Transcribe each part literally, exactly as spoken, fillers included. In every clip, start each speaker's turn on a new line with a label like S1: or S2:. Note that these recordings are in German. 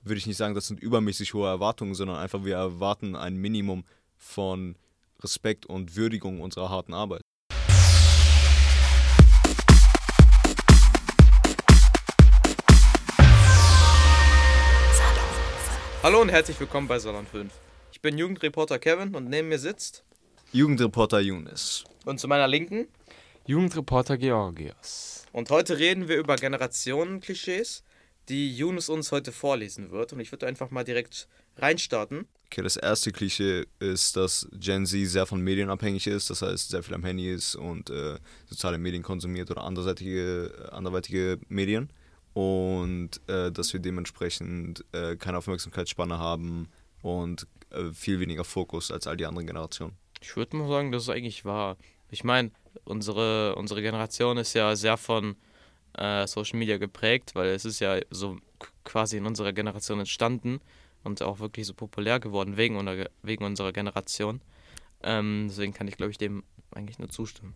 S1: würde ich nicht sagen, das sind übermäßig hohe Erwartungen, sondern einfach wir erwarten ein Minimum von Respekt und Würdigung unserer harten Arbeit.
S2: Hallo und herzlich willkommen bei Salon fünf. Ich bin Jugendreporter Kevin und neben mir sitzt
S1: Jugendreporter Younes.
S2: Und zu meiner Linken
S3: Jugendreporter Georgios.
S2: Und heute reden wir über Generationen-Klischees, die Younes uns heute vorlesen wird. Und ich würde einfach mal direkt reinstarten.
S1: Okay, das erste Klischee ist, dass Gen Z sehr von Medien abhängig ist, das heißt sehr viel am Handy ist und äh, soziale Medien konsumiert oder anderseitige, anderweitige Medien. Und äh, dass wir dementsprechend äh, keine Aufmerksamkeitsspanne haben und äh, viel weniger Fokus als all die anderen Generationen.
S2: Ich würde mal sagen, das ist eigentlich wahr. Ich meine, unsere, unsere Generation ist ja sehr von äh, Social Media geprägt, weil es ist ja so quasi in unserer Generation entstanden und auch wirklich so populär geworden wegen, unserer, wegen unserer Generation. Ähm, deswegen kann ich, glaube ich, dem eigentlich nur zustimmen.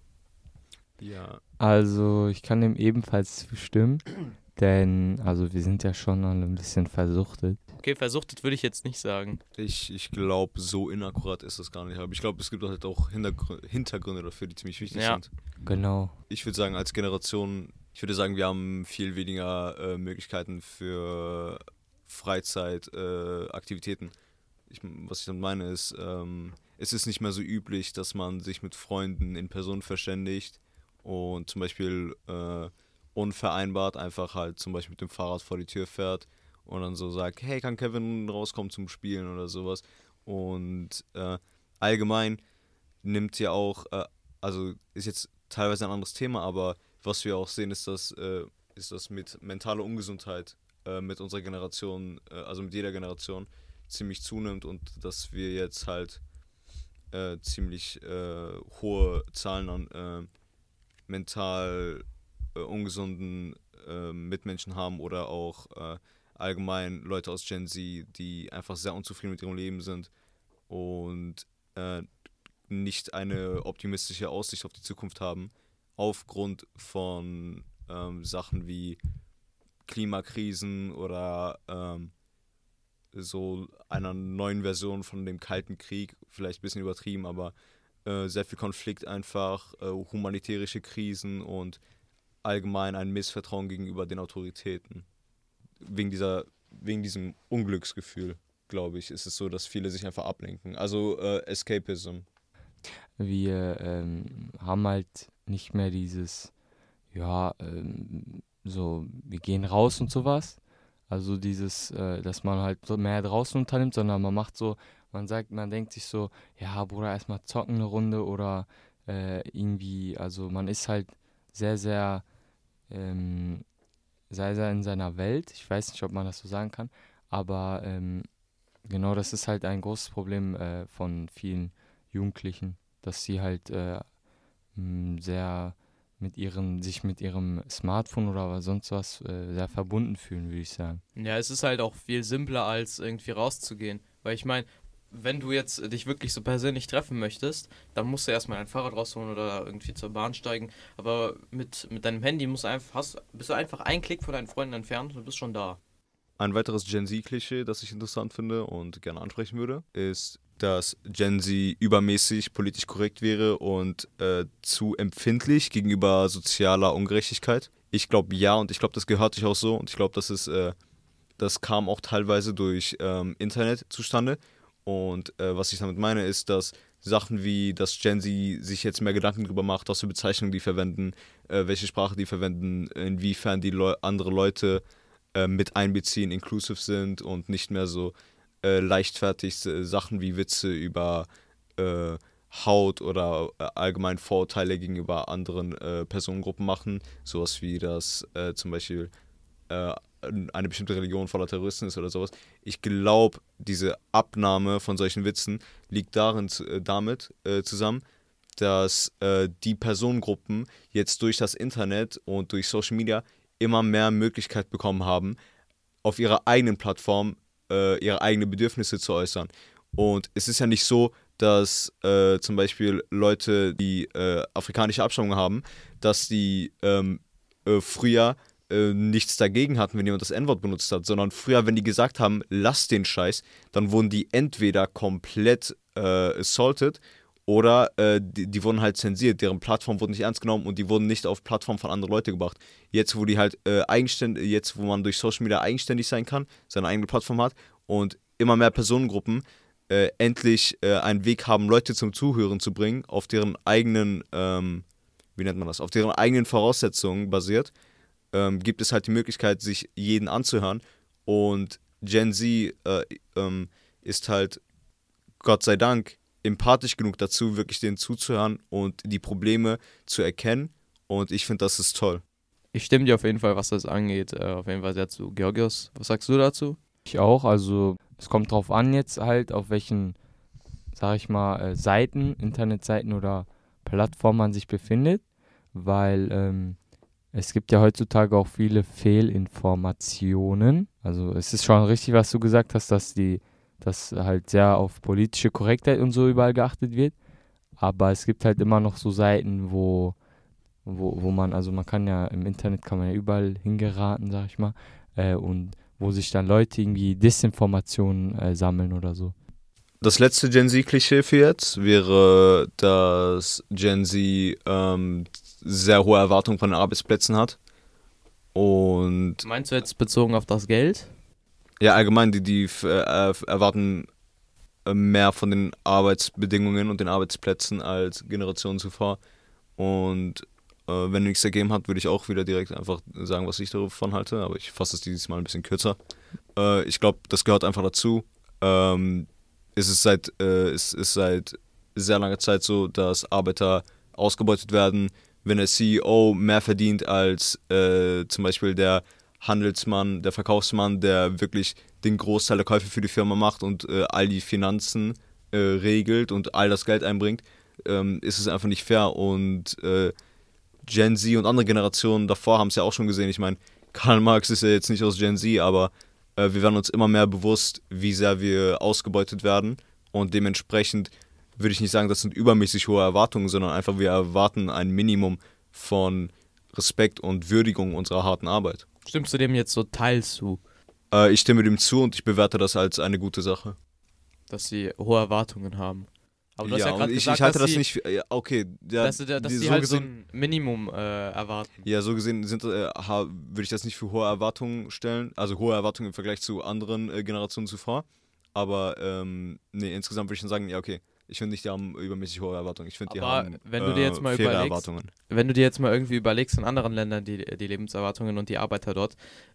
S1: Ja.
S3: Also ich kann dem ebenfalls zustimmen, denn also wir sind ja schon alle ein bisschen versuchtet.
S2: Okay, versuchtet würde ich jetzt nicht sagen.
S1: Ich, ich glaube, so inakkurat ist das gar nicht. Aber ich glaube, es gibt halt auch Hintergr- Hintergründe dafür, die ziemlich wichtig
S2: Ja.
S1: sind.
S3: Genau.
S1: Ich würde sagen, als Generation, ich würde sagen, wir haben viel weniger äh, Möglichkeiten für Freizeitaktivitäten. Äh, Aktivitäten. ich, was ich dann meine ist, ähm, es ist nicht mehr so üblich, dass man sich mit Freunden in Person verständigt und zum Beispiel äh, unvereinbart einfach halt zum Beispiel mit dem Fahrrad vor die Tür fährt und dann so sagt, hey, kann Kevin rauskommen zum Spielen oder sowas. Und äh, allgemein nimmt ja auch, äh, also ist jetzt teilweise ein anderes Thema, aber was wir auch sehen, ist, dass, äh, ist das mit mentaler Ungesundheit äh, mit unserer Generation, äh, also mit jeder Generation, ziemlich zunimmt und dass wir jetzt halt äh, ziemlich äh, hohe Zahlen an äh, mental äh, ungesunden äh, Mitmenschen haben oder auch äh, allgemein Leute aus Gen Z, die einfach sehr unzufrieden mit ihrem Leben sind und äh, nicht eine optimistische Aussicht auf die Zukunft haben, aufgrund von ähm, Sachen wie Klimakrisen oder ähm, so einer neuen Version von dem Kalten Krieg, vielleicht ein bisschen übertrieben, aber äh, sehr viel Konflikt einfach, äh, humanitärische Krisen und allgemein ein Missvertrauen gegenüber den Autoritäten. Wegen dieser, wegen diesem Unglücksgefühl, glaube ich, ist es so, dass viele sich einfach ablenken. Also äh, Escapism.
S3: Wir ähm, haben halt nicht mehr dieses, ja, ähm, so, wir gehen raus und sowas. Also dieses, äh, dass man halt so mehr draußen unternimmt, sondern man macht so, man sagt, man denkt sich so, ja, Bruder, erstmal zocken eine Runde oder äh, irgendwie, also man ist halt sehr, sehr, ähm, sehr, sehr in seiner Welt. Ich weiß nicht, ob man das so sagen kann, aber ähm, genau, das ist halt ein großes Problem äh, von vielen Jugendlichen, dass sie halt äh, mh, sehr mit ihren, sich mit ihrem Smartphone oder sonst was äh, sehr verbunden fühlen, würde ich sagen.
S2: Ja, es ist halt auch viel simpler, als irgendwie rauszugehen. Weil ich meine, wenn du jetzt dich wirklich so persönlich treffen möchtest, dann musst du erstmal dein Fahrrad rausholen oder irgendwie zur Bahn steigen. Aber mit, mit deinem Handy musst du einfach, hast, bist du einfach einen Klick von deinen Freunden entfernt und du bist schon da.
S1: Ein weiteres Gen Z-Klischee, das ich interessant finde und gerne ansprechen würde, ist, dass Gen Z übermäßig politisch korrekt wäre und äh, zu empfindlich gegenüber sozialer Ungerechtigkeit. Ich glaube ja und ich glaube, das gehört sich auch so und ich glaube, das ist, äh, das kam auch teilweise durch ähm, Internet zustande. Und äh, was ich damit meine, ist, dass Sachen wie, dass Gen Z sich jetzt mehr Gedanken darüber macht, was für Bezeichnungen die verwenden, äh, welche Sprache die verwenden, inwiefern die Leu- andere Leute äh, mit einbeziehen, inclusive sind und nicht mehr so äh, leichtfertig äh, Sachen wie Witze über äh, Haut oder äh, allgemein Vorurteile gegenüber anderen äh, Personengruppen machen. Sowas wie, dass äh, zum Beispiel äh, eine bestimmte Religion voller Terroristen ist oder sowas. Ich glaube, diese Abnahme von solchen Witzen liegt darin äh, damit äh, zusammen, dass äh, die Personengruppen jetzt durch das Internet und durch Social Media immer mehr Möglichkeit bekommen haben, auf ihrer eigenen Plattform äh, ihre eigenen Bedürfnisse zu äußern. Und es ist ja nicht so, dass äh, zum Beispiel Leute, die äh, afrikanische Abstammung haben, dass die ähm, äh, früher äh, nichts dagegen hatten, wenn jemand das En-Wort benutzt hat, sondern früher, wenn die gesagt haben, lass den Scheiß, dann wurden die entweder komplett äh, assaulted oder äh, die, die wurden halt zensiert, deren Plattform wurde nicht ernst genommen und die wurden nicht auf Plattform von anderen Leuten gebracht. Jetzt, wo die halt äh, eigenständig, jetzt, wo man durch Social Media eigenständig sein kann, seine eigene Plattform hat und immer mehr Personengruppen äh, endlich äh, einen Weg haben, Leute zum Zuhören zu bringen, auf deren eigenen, ähm, wie nennt man das, auf deren eigenen Voraussetzungen basiert, ähm, gibt es halt die Möglichkeit, sich jeden anzuhören. Und Gen Z äh, ähm, ist halt, Gott sei Dank, empathisch genug dazu, wirklich denen zuzuhören und die Probleme zu erkennen. Und ich finde, das ist toll.
S2: Ich stimme dir auf jeden Fall, was das angeht, äh, auf jeden Fall sehr zu. Georgios, was sagst du dazu?
S3: Ich auch, also es kommt drauf an jetzt halt, auf welchen, sag ich mal, äh, Seiten, Internetseiten oder Plattformen man sich befindet, weil ähm, es gibt ja heutzutage auch viele Fehlinformationen. Also es ist schon richtig, was du gesagt hast, dass die, dass halt sehr auf politische Korrektheit und so überall geachtet wird. Aber es gibt halt immer noch so Seiten, wo, wo, wo man, also man kann ja im Internet kann man ja überall hingeraten, sag ich mal, äh, und wo sich dann Leute irgendwie Desinformationen äh, sammeln oder so.
S1: Das letzte Gen Z-Klischee für jetzt wäre, dass Gen Z ähm, sehr hohe Erwartungen von den Arbeitsplätzen hat. Und
S2: Meinst du jetzt bezogen auf das Geld?
S1: ja, allgemein, die, die äh, erwarten mehr von den Arbeitsbedingungen und den Arbeitsplätzen als Generationen zuvor. Und äh, wenn nichts ergeben hat, würde ich auch wieder direkt einfach sagen, was ich davon halte. Aber ich fasse es dieses Mal ein bisschen kürzer. Äh, ich glaube, das gehört einfach dazu. Ähm, es ist seit, äh, es ist seit sehr langer Zeit so, dass Arbeiter ausgebeutet werden. Wenn der C E O mehr verdient als äh, zum Beispiel der Handelsmann, der Verkaufsmann, der wirklich den Großteil der Käufe für die Firma macht und äh, all die Finanzen äh, regelt und all das Geld einbringt, ähm, ist es einfach nicht fair. Und äh, Gen Z und andere Generationen davor haben es ja auch schon gesehen. Ich meine, Karl Marx ist ja jetzt nicht aus Gen Z, aber äh, wir werden uns immer mehr bewusst, wie sehr wir ausgebeutet werden. Und dementsprechend würde ich nicht sagen, das sind übermäßig hohe Erwartungen, sondern einfach wir erwarten ein Minimum von Respekt und Würdigung unserer harten Arbeit.
S2: Stimmst du dem jetzt so teils zu,
S1: Äh, ich stimme dem zu und ich bewerte das als eine gute Sache.
S2: dass sie hohe Erwartungen haben? Aber du hast ja
S1: und
S2: gerade
S1: ich,
S2: gesagt,
S1: ich halte
S2: dass
S1: das
S2: sie,
S1: nicht für, ja, okay, ja,
S2: dass, sie- dass
S1: die-
S2: sie
S1: so
S2: halt so
S1: gesehen,
S2: ein Minimum äh, erwarten.
S1: ja, so gesehen sind, äh, ha- würde ich das nicht für hohe Erwartungen stellen, also hohe Erwartungen im Vergleich zu anderen äh, Generationen zuvor, aber ähm, nee, insgesamt würde ich schon sagen, ja, okay, ich finde nicht, die haben übermäßig hohe Erwartungen, ich finde, die
S2: Aber
S1: haben
S2: wenn du dir jetzt mal
S1: äh, faire
S2: überlegst-
S1: Erwartungen.
S2: Wenn du dir jetzt mal irgendwie überlegst, in anderen Ländern die, die Lebenserwartungen und die Arbeiter dort,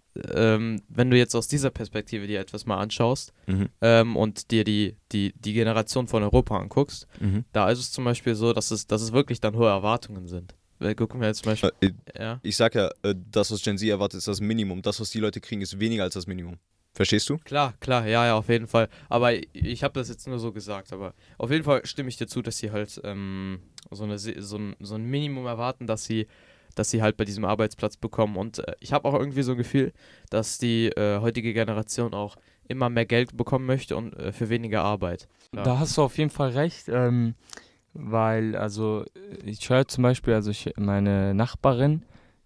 S2: ähm, wenn du jetzt aus dieser Perspektive dir etwas mal anschaust
S1: Mhm.
S2: ähm, und dir die, die, die Generation von Europa anguckst,
S1: Mhm.
S2: da ist es zum Beispiel so, dass es, dass es wirklich dann hohe Erwartungen sind. Weil, gucken wir jetzt zum Beispiel,
S1: Äh,
S2: ja,
S1: Ich sag ja, äh, das, was Gen Z erwartet, ist das Minimum. Das, was die Leute kriegen, ist weniger als das Minimum. Verstehst du?
S2: klar, klar, ja, ja, auf jeden Fall. Aber ich, ich habe das jetzt nur so gesagt, aber auf jeden Fall stimme ich dir zu, dass sie halt ähm, so, eine, Se- so, ein, so ein Minimum erwarten, dass sie, dass sie halt bei diesem Arbeitsplatz bekommen. Und äh, ich habe auch irgendwie so ein Gefühl, dass die äh, heutige Generation auch immer mehr Geld bekommen möchte und äh, für weniger Arbeit. Ja.
S3: Da hast du auf jeden Fall recht, ähm, weil, also ich höre zum Beispiel, also ich, meine Nachbarin,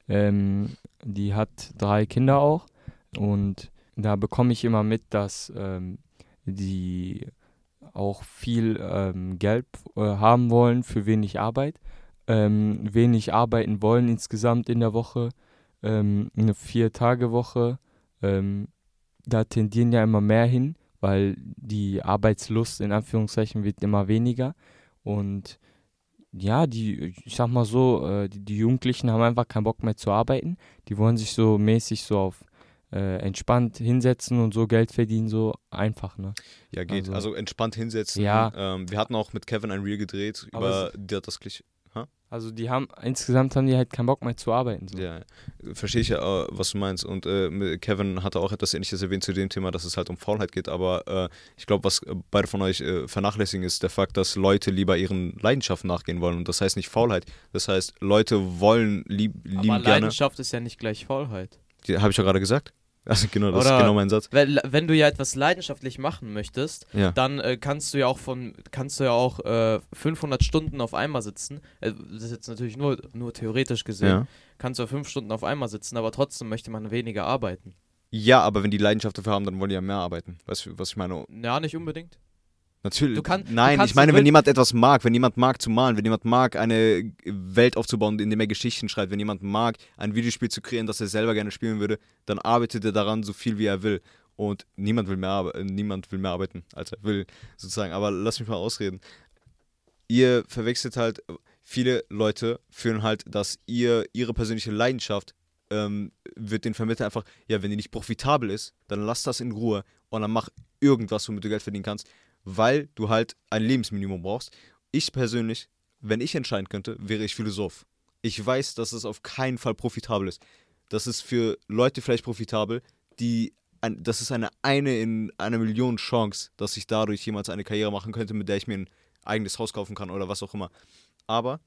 S3: ähm, die hat drei Kinder auch und da bekomme ich immer mit, dass ähm, die auch viel ähm, Geld äh, haben wollen für wenig Arbeit, ähm, wenig arbeiten wollen insgesamt in der Woche, ähm, eine Vier-Tage-Woche, ähm, da tendieren ja immer mehr hin, weil die Arbeitslust in Anführungszeichen wird immer weniger und ja, die, ich sag mal so, äh, die, die Jugendlichen haben einfach keinen Bock mehr zu arbeiten, die wollen sich so mäßig so auf äh, entspannt hinsetzen und so Geld verdienen, so einfach, ne?
S1: Ja, geht. Also,
S3: Also-
S1: entspannt hinsetzen.
S3: Ja.
S1: Ähm, wir hatten auch mit Kevin ein Reel gedreht
S3: Aber
S1: über die, das Klischee.
S3: Also die haben, insgesamt haben die halt keinen Bock mehr zu arbeiten. So.
S1: Ja, verstehe ich ja, äh, was du meinst. Und äh, mit Kevin hatte auch etwas Ähnliches erwähnt zu dem Thema, dass es halt um Faulheit geht. Aber äh, ich glaube, was äh, beide von euch äh, vernachlässigen, ist der Fakt, dass Leute lieber ihren Leidenschaften nachgehen wollen. Und das heißt nicht Faulheit. Das heißt, Leute wollen, lieb, lieben
S2: Aber
S1: gerne.
S2: Leidenschaft ist ja nicht gleich Faulheit.
S1: Habe ich ja gerade gesagt. Also genau, das
S2: Oder
S1: ist genau mein Satz.
S2: Wenn, wenn du ja etwas leidenschaftlich machen möchtest,
S1: Ja.
S2: dann äh, kannst du ja auch von kannst du ja auch äh, fünfhundert Stunden auf einmal sitzen. Äh, das ist jetzt natürlich nur, nur theoretisch gesehen.
S1: Ja.
S2: Kannst du ja fünf Stunden auf einmal sitzen, aber trotzdem möchte man weniger arbeiten.
S1: Ja, aber wenn die Leidenschaft dafür haben, dann wollen die ja mehr arbeiten. Weißt du, was ich meine?
S2: Ja, nicht unbedingt.
S1: Natürlich.
S2: Du kann- du
S1: Nein,
S2: kannst-
S1: ich meine,
S2: du
S1: wenn
S2: will-
S1: jemand etwas mag, wenn jemand mag zu malen, wenn jemand mag, eine Welt aufzubauen, indem er Geschichten schreibt, wenn jemand mag, ein Videospiel zu kreieren, das er selber gerne spielen würde, dann arbeitet er daran so viel, wie er will. Und niemand will mehr, arbe- äh, niemand will mehr arbeiten, als er will, sozusagen. Aber lass mich mal ausreden. Ihr verwechselt halt, viele Leute fühlen halt, dass ihr, ihre persönliche Leidenschaft ähm, wird den Vermittler einfach, ja, wenn die nicht profitabel ist, dann lass das in Ruhe und dann mach irgendwas, womit du Geld verdienen kannst, weil du halt ein Lebensminimum brauchst. Ich persönlich, wenn ich entscheiden könnte, wäre ich Philosoph. Ich weiß, dass es auf keinen Fall profitabel ist. Das ist für Leute vielleicht profitabel, die, ein, das ist eine eine in einer Million Chance, dass ich dadurch jemals eine Karriere machen könnte, mit der ich mir ein eigenes Haus kaufen kann oder was auch immer. Aber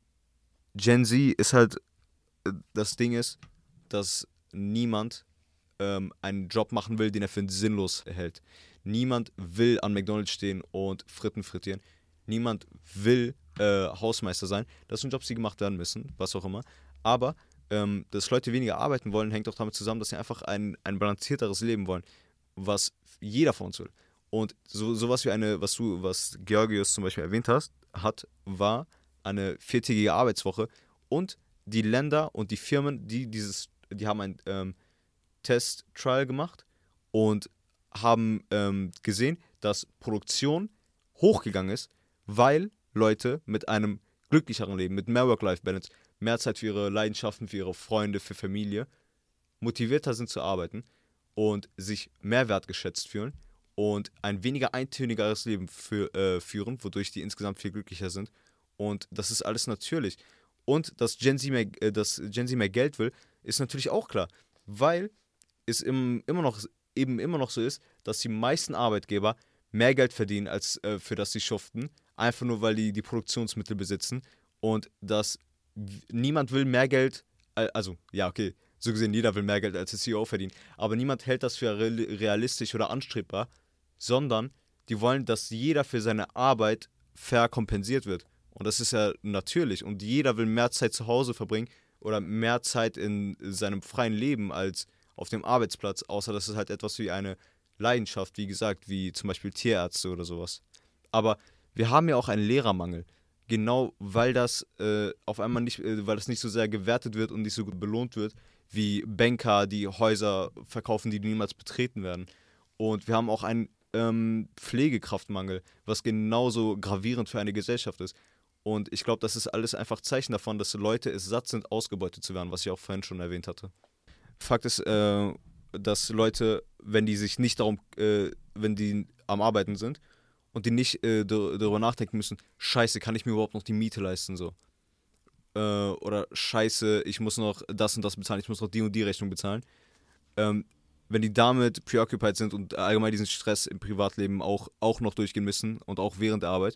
S1: Gen Z ist halt, äh, das Ding ist, dass niemand ähm, einen Job machen will, den er für sinnlos hält. Niemand will an McDonald's stehen und Fritten frittieren. Niemand will äh, Hausmeister sein. Das sind Jobs, die gemacht werden müssen, was auch immer. Aber ähm, dass Leute weniger arbeiten wollen, hängt auch damit zusammen, dass sie einfach ein, ein balancierteres Leben wollen, was jeder von uns will. Und so sowas wie eine, was du, was Georgios zum Beispiel erwähnt hast, hat, war eine viertägige Arbeitswoche. Und die Länder und die Firmen, die dieses, die haben ein ähm, Test-Trial gemacht und haben ähm, gesehen, dass Produktion hochgegangen ist, weil Leute mit einem glücklicheren Leben, mit mehr Work-Life-Balance, mehr Zeit für ihre Leidenschaften, für ihre Freunde, für Familie, motivierter sind zu arbeiten und sich mehr wertgeschätzt fühlen und ein weniger eintönigeres Leben für, äh, führen, wodurch die insgesamt viel glücklicher sind. Und das ist alles natürlich. Und dass Gen Z mehr, äh, dass Gen Z mehr Geld will, ist natürlich auch klar, weil es im, immer noch eben immer noch so ist, dass die meisten Arbeitgeber mehr Geld verdienen, als äh, für das sie schuften, einfach nur, weil die die Produktionsmittel besitzen und dass w- niemand will mehr Geld, äh, also, ja, okay, so gesehen, jeder will mehr Geld als der C E O verdienen, aber niemand hält das für real- realistisch oder anstrebbar, sondern die wollen, dass jeder für seine Arbeit fair kompensiert wird. Und das ist ja natürlich und jeder will mehr Zeit zu Hause verbringen oder mehr Zeit in seinem freien Leben als auf dem Arbeitsplatz, außer das ist halt etwas wie eine Leidenschaft, wie gesagt, wie zum Beispiel Tierärzte oder sowas. Aber wir haben ja auch einen Lehrermangel, genau weil das äh, auf einmal nicht, äh, weil das nicht so sehr gewertet wird und nicht so gut belohnt wird, wie Banker, die Häuser verkaufen, die niemals betreten werden. Und wir haben auch einen ähm, Pflegekraftmangel, was genauso gravierend für eine Gesellschaft ist. Und ich glaube, das ist alles einfach Zeichen davon, dass Leute es satt sind, ausgebeutet zu werden, was ich auch vorhin schon erwähnt hatte. Fakt ist, äh, dass Leute, wenn die sich nicht darum, äh, wenn die am Arbeiten sind und die nicht äh, dar- darüber nachdenken müssen, scheiße, kann ich mir überhaupt noch die Miete leisten, so. Äh, oder scheiße, ich muss noch das und das bezahlen, ich muss noch die und die Rechnung bezahlen. Ähm, wenn die damit preoccupied sind und allgemein diesen Stress im Privatleben auch, auch noch durchgehen müssen und auch während der Arbeit,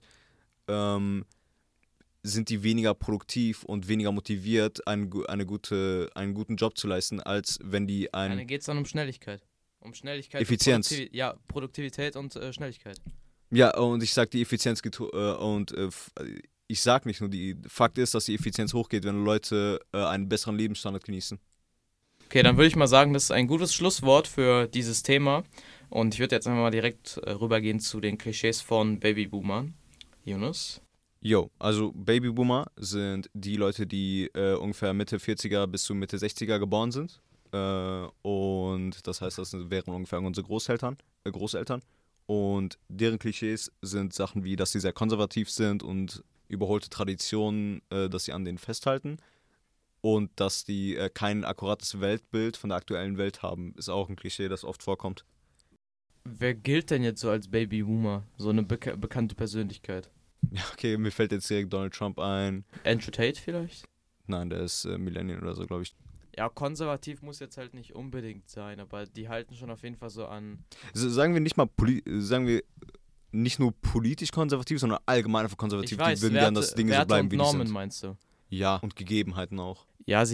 S1: ähm, sind die weniger produktiv und weniger motiviert, eine, gu- eine gute, einen guten Job zu leisten, als wenn die
S2: Dann
S1: ein...
S2: geht es dann um Schnelligkeit. Um Schnelligkeit
S1: Effizienz.
S2: und Produktivi- ja, Produktivität und äh, Schnelligkeit.
S1: Ja, und ich sag die Effizienz geht ho- äh, und äh, f- ich sag nicht nur, die Fakt ist, dass die Effizienz hochgeht, wenn Leute äh, einen besseren Lebensstandard genießen.
S2: Okay, dann würde ich mal sagen, das ist ein gutes Schlusswort für dieses Thema. Und ich würde jetzt einfach mal direkt äh, rübergehen zu den Klischees von Babyboomern. Yunus?
S1: Jo, also Babyboomer sind die Leute, die äh, ungefähr Mitte vierziger bis zu Mitte sechziger geboren sind. Äh, und das heißt, das wären ungefähr unsere Großeltern, äh, Großeltern. Und deren Klischees sind Sachen wie, dass sie sehr konservativ sind und überholte Traditionen, äh, dass sie an denen festhalten. Und dass die äh, kein akkurates Weltbild von der aktuellen Welt haben, ist auch ein Klischee, das oft vorkommt.
S2: Wer gilt denn jetzt so als Babyboomer? So eine beka- bekannte Persönlichkeit?
S1: Ja, okay, mir fällt jetzt direkt Donald Trump ein.
S2: Andrew Tate vielleicht?
S1: Nein, der ist äh, Millennial oder so, glaube ich.
S2: Ja, konservativ muss jetzt halt nicht unbedingt sein, aber die halten schon auf jeden Fall so an.
S1: S- Sagen wir nicht mal, poli sagen wir nicht nur politisch konservativ, sondern allgemein einfach konservativ.
S2: Ich weiß,
S1: die würden
S2: Werte,
S1: gerne, dass Dinge
S2: Werte
S1: so bleiben,
S2: und
S1: wie
S2: Normen
S1: die sind.
S2: meinst du?
S1: Ja, und Gegebenheiten auch.
S2: Ja, sie,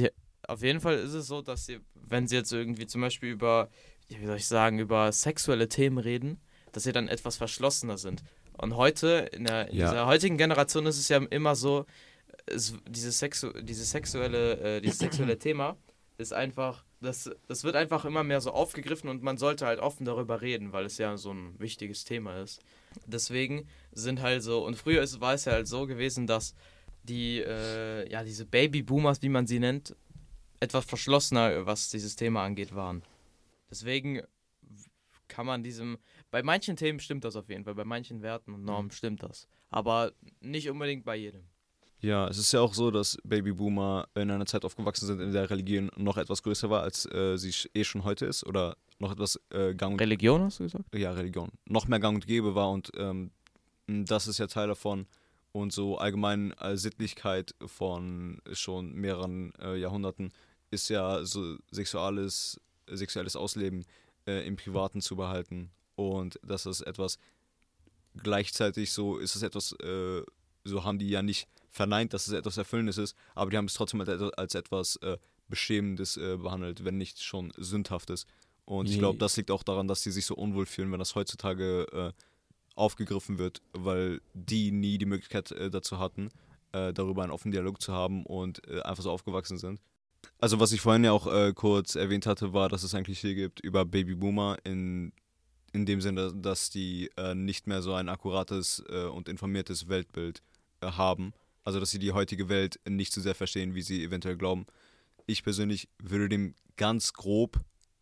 S2: auf jeden Fall ist es so, dass sie, wenn sie jetzt irgendwie zum Beispiel über, wie soll ich sagen, über sexuelle Themen reden, dass sie dann etwas verschlossener sind. Und heute, in, der, in
S1: Ja.
S2: dieser heutigen Generation ist es ja immer so, es, dieses, Sexu dieses, sexuelle, äh, dieses sexuelle Thema ist einfach, das, das wird einfach immer mehr so aufgegriffen und man sollte halt offen darüber reden, weil es ja so ein wichtiges Thema ist. Deswegen sind halt so, und früher ist, war es ja halt so gewesen, dass die, äh, ja, diese Babyboomers, wie man sie nennt, etwas verschlossener, was dieses Thema angeht, waren. Deswegen kann man diesem, bei manchen Themen stimmt das auf jeden Fall, bei manchen Werten und Normen stimmt das, aber nicht unbedingt bei jedem.
S1: Ja, es ist ja auch so, dass Babyboomer in einer Zeit aufgewachsen sind, in der Religion noch etwas größer war, als äh, sie sch- eh schon heute ist. Oder noch etwas äh, gang und
S2: Religion, hast du gesagt?
S1: ja, Religion. Noch mehr gang und gäbe war. Und ähm, das ist ja Teil davon. Und so allgemein äh, Sittlichkeit von schon mehreren äh, Jahrhunderten ist ja so sexuelles, sexuelles Ausleben äh, im Privaten zu behalten. Und das ist etwas, gleichzeitig so ist es etwas, äh, so haben die ja nicht verneint, dass es etwas Erfüllendes ist, aber die haben es trotzdem als, als etwas äh, Beschämendes äh, behandelt, wenn nicht schon Sündhaftes. Und ich
S3: Je-
S1: glaube, das liegt auch daran, dass die sich so unwohl fühlen, wenn das heutzutage äh, aufgegriffen wird, weil die nie die Möglichkeit äh, dazu hatten, äh, darüber einen offenen Dialog zu haben und äh, einfach so aufgewachsen sind. Also was ich vorhin ja auch äh, kurz erwähnt hatte, war, dass es ein Klischee gibt über Babyboomer in, in dem Sinne, dass die äh, nicht mehr so ein akkurates äh, und informiertes Weltbild äh, haben. Also dass sie die heutige Welt nicht so sehr verstehen, wie sie eventuell glauben. Ich persönlich würde dem ganz grob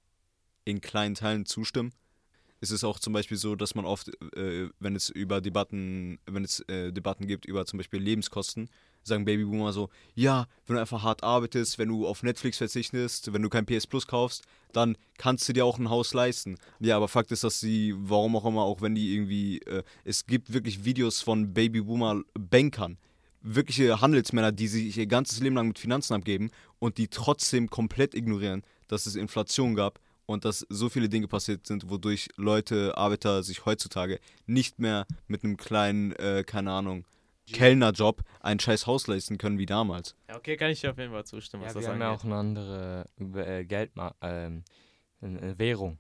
S1: in kleinen Teilen zustimmen. Es ist auch zum Beispiel so, dass man oft, äh, wenn es über Debatten, wenn es äh, Debatten gibt über zum Beispiel Lebenskosten, sagen Babyboomer so, ja, wenn du einfach hart arbeitest, wenn du auf Netflix verzichtest, wenn du kein P S Plus kaufst, dann kannst du dir auch ein Haus leisten. Ja, aber Fakt ist, dass sie, warum auch immer, auch wenn die irgendwie, äh, es gibt wirklich Videos von Babyboomer-Bankern, wirkliche Handelsmänner, die sich ihr ganzes Leben lang mit Finanzen abgeben und die trotzdem komplett ignorieren, dass es Inflation gab und dass so viele Dinge passiert sind, wodurch Leute, Arbeiter sich heutzutage nicht mehr mit einem kleinen, äh, keine Ahnung, Kellnerjob ein scheiß Haus leisten können wie damals.
S2: Ja, okay, kann ich dir auf jeden Fall zustimmen, was
S3: Ja, wir
S2: das
S3: haben ja
S2: angeht.
S3: auch eine andere äh, Geldma ähm, eine Währung.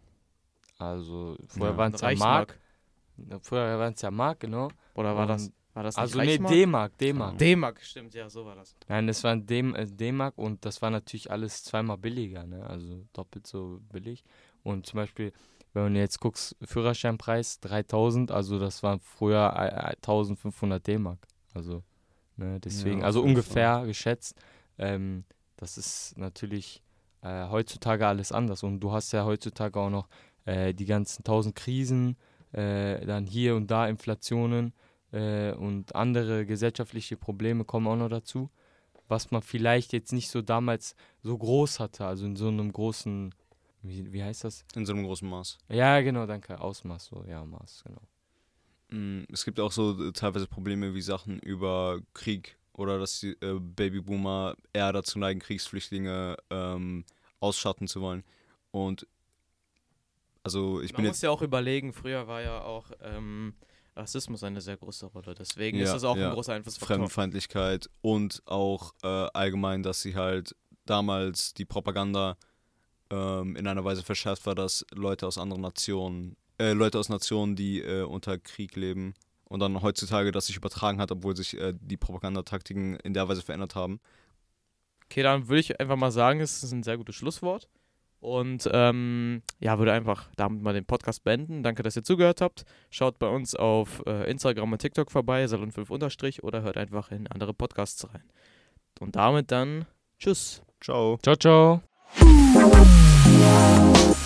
S3: Also vorher
S1: Ja.
S3: waren es ja Mark.
S2: Reichsmark.
S3: Vorher waren es ja Mark, genau.
S2: Oder war
S3: Und-
S2: das, war das nicht
S3: Also nee,
S2: Reichsmark?
S3: D-Mark, D-Mark.
S2: D-Mark, stimmt, ja, so war das.
S3: Nein, das war D- äh, D-Mark und das war natürlich alles zweimal billiger, ne? Also doppelt so billig. Und zum Beispiel, wenn du jetzt guckst, Führerscheinpreis dreitausend, also das waren früher äh, äh, eintausendfünfhundert D-Mark. Also, ne, deswegen,
S1: Ja,
S3: also
S1: auf jeden
S3: ungefähr geschätzt. Ähm, das ist natürlich äh, heutzutage alles anders. Und du hast ja heutzutage auch noch äh, die ganzen tausend Krisen, äh, dann hier und da Inflationen äh, und andere gesellschaftliche Probleme kommen auch noch dazu, was man vielleicht jetzt nicht so damals so groß hatte, also in so einem großen, wie, wie heißt das?
S1: In so einem großen Maß.
S3: Ja, genau, danke, Ausmaß, so, ja, Maß, genau.
S1: Mm, Es gibt auch so äh, teilweise Probleme wie Sachen über Krieg oder dass die äh, Babyboomer eher dazu neigen, Kriegsflüchtlinge ähm, ausschatten zu wollen. Und also ich
S2: Man
S1: bin
S2: muss
S1: jetzt
S2: ja auch überlegen, früher war ja auch ähm, Rassismus eine sehr große Rolle. Deswegen
S1: Ja,
S2: ist das auch
S1: ja.
S2: ein großer Einflussfaktor.
S1: Fremdenfeindlichkeit und auch äh, allgemein, dass sie halt damals die Propaganda ähm, in einer Weise verschärft war, dass Leute aus anderen Nationen, äh, Leute aus Nationen, die äh, unter Krieg leben und dann heutzutage das sich übertragen hat, obwohl sich äh, die Propagandataktiken in der Weise verändert haben.
S2: Okay, dann würde ich einfach mal sagen, es ist ein sehr gutes Schlusswort. Und ähm, ja, würde einfach damit mal den Podcast beenden. Danke, dass ihr zugehört habt. Schaut bei uns auf äh, Instagram und TikTok vorbei, Salon fünf unterstrich, oder hört einfach in andere Podcasts rein. Und damit dann, tschüss.
S1: Ciao.
S3: Ciao, ciao.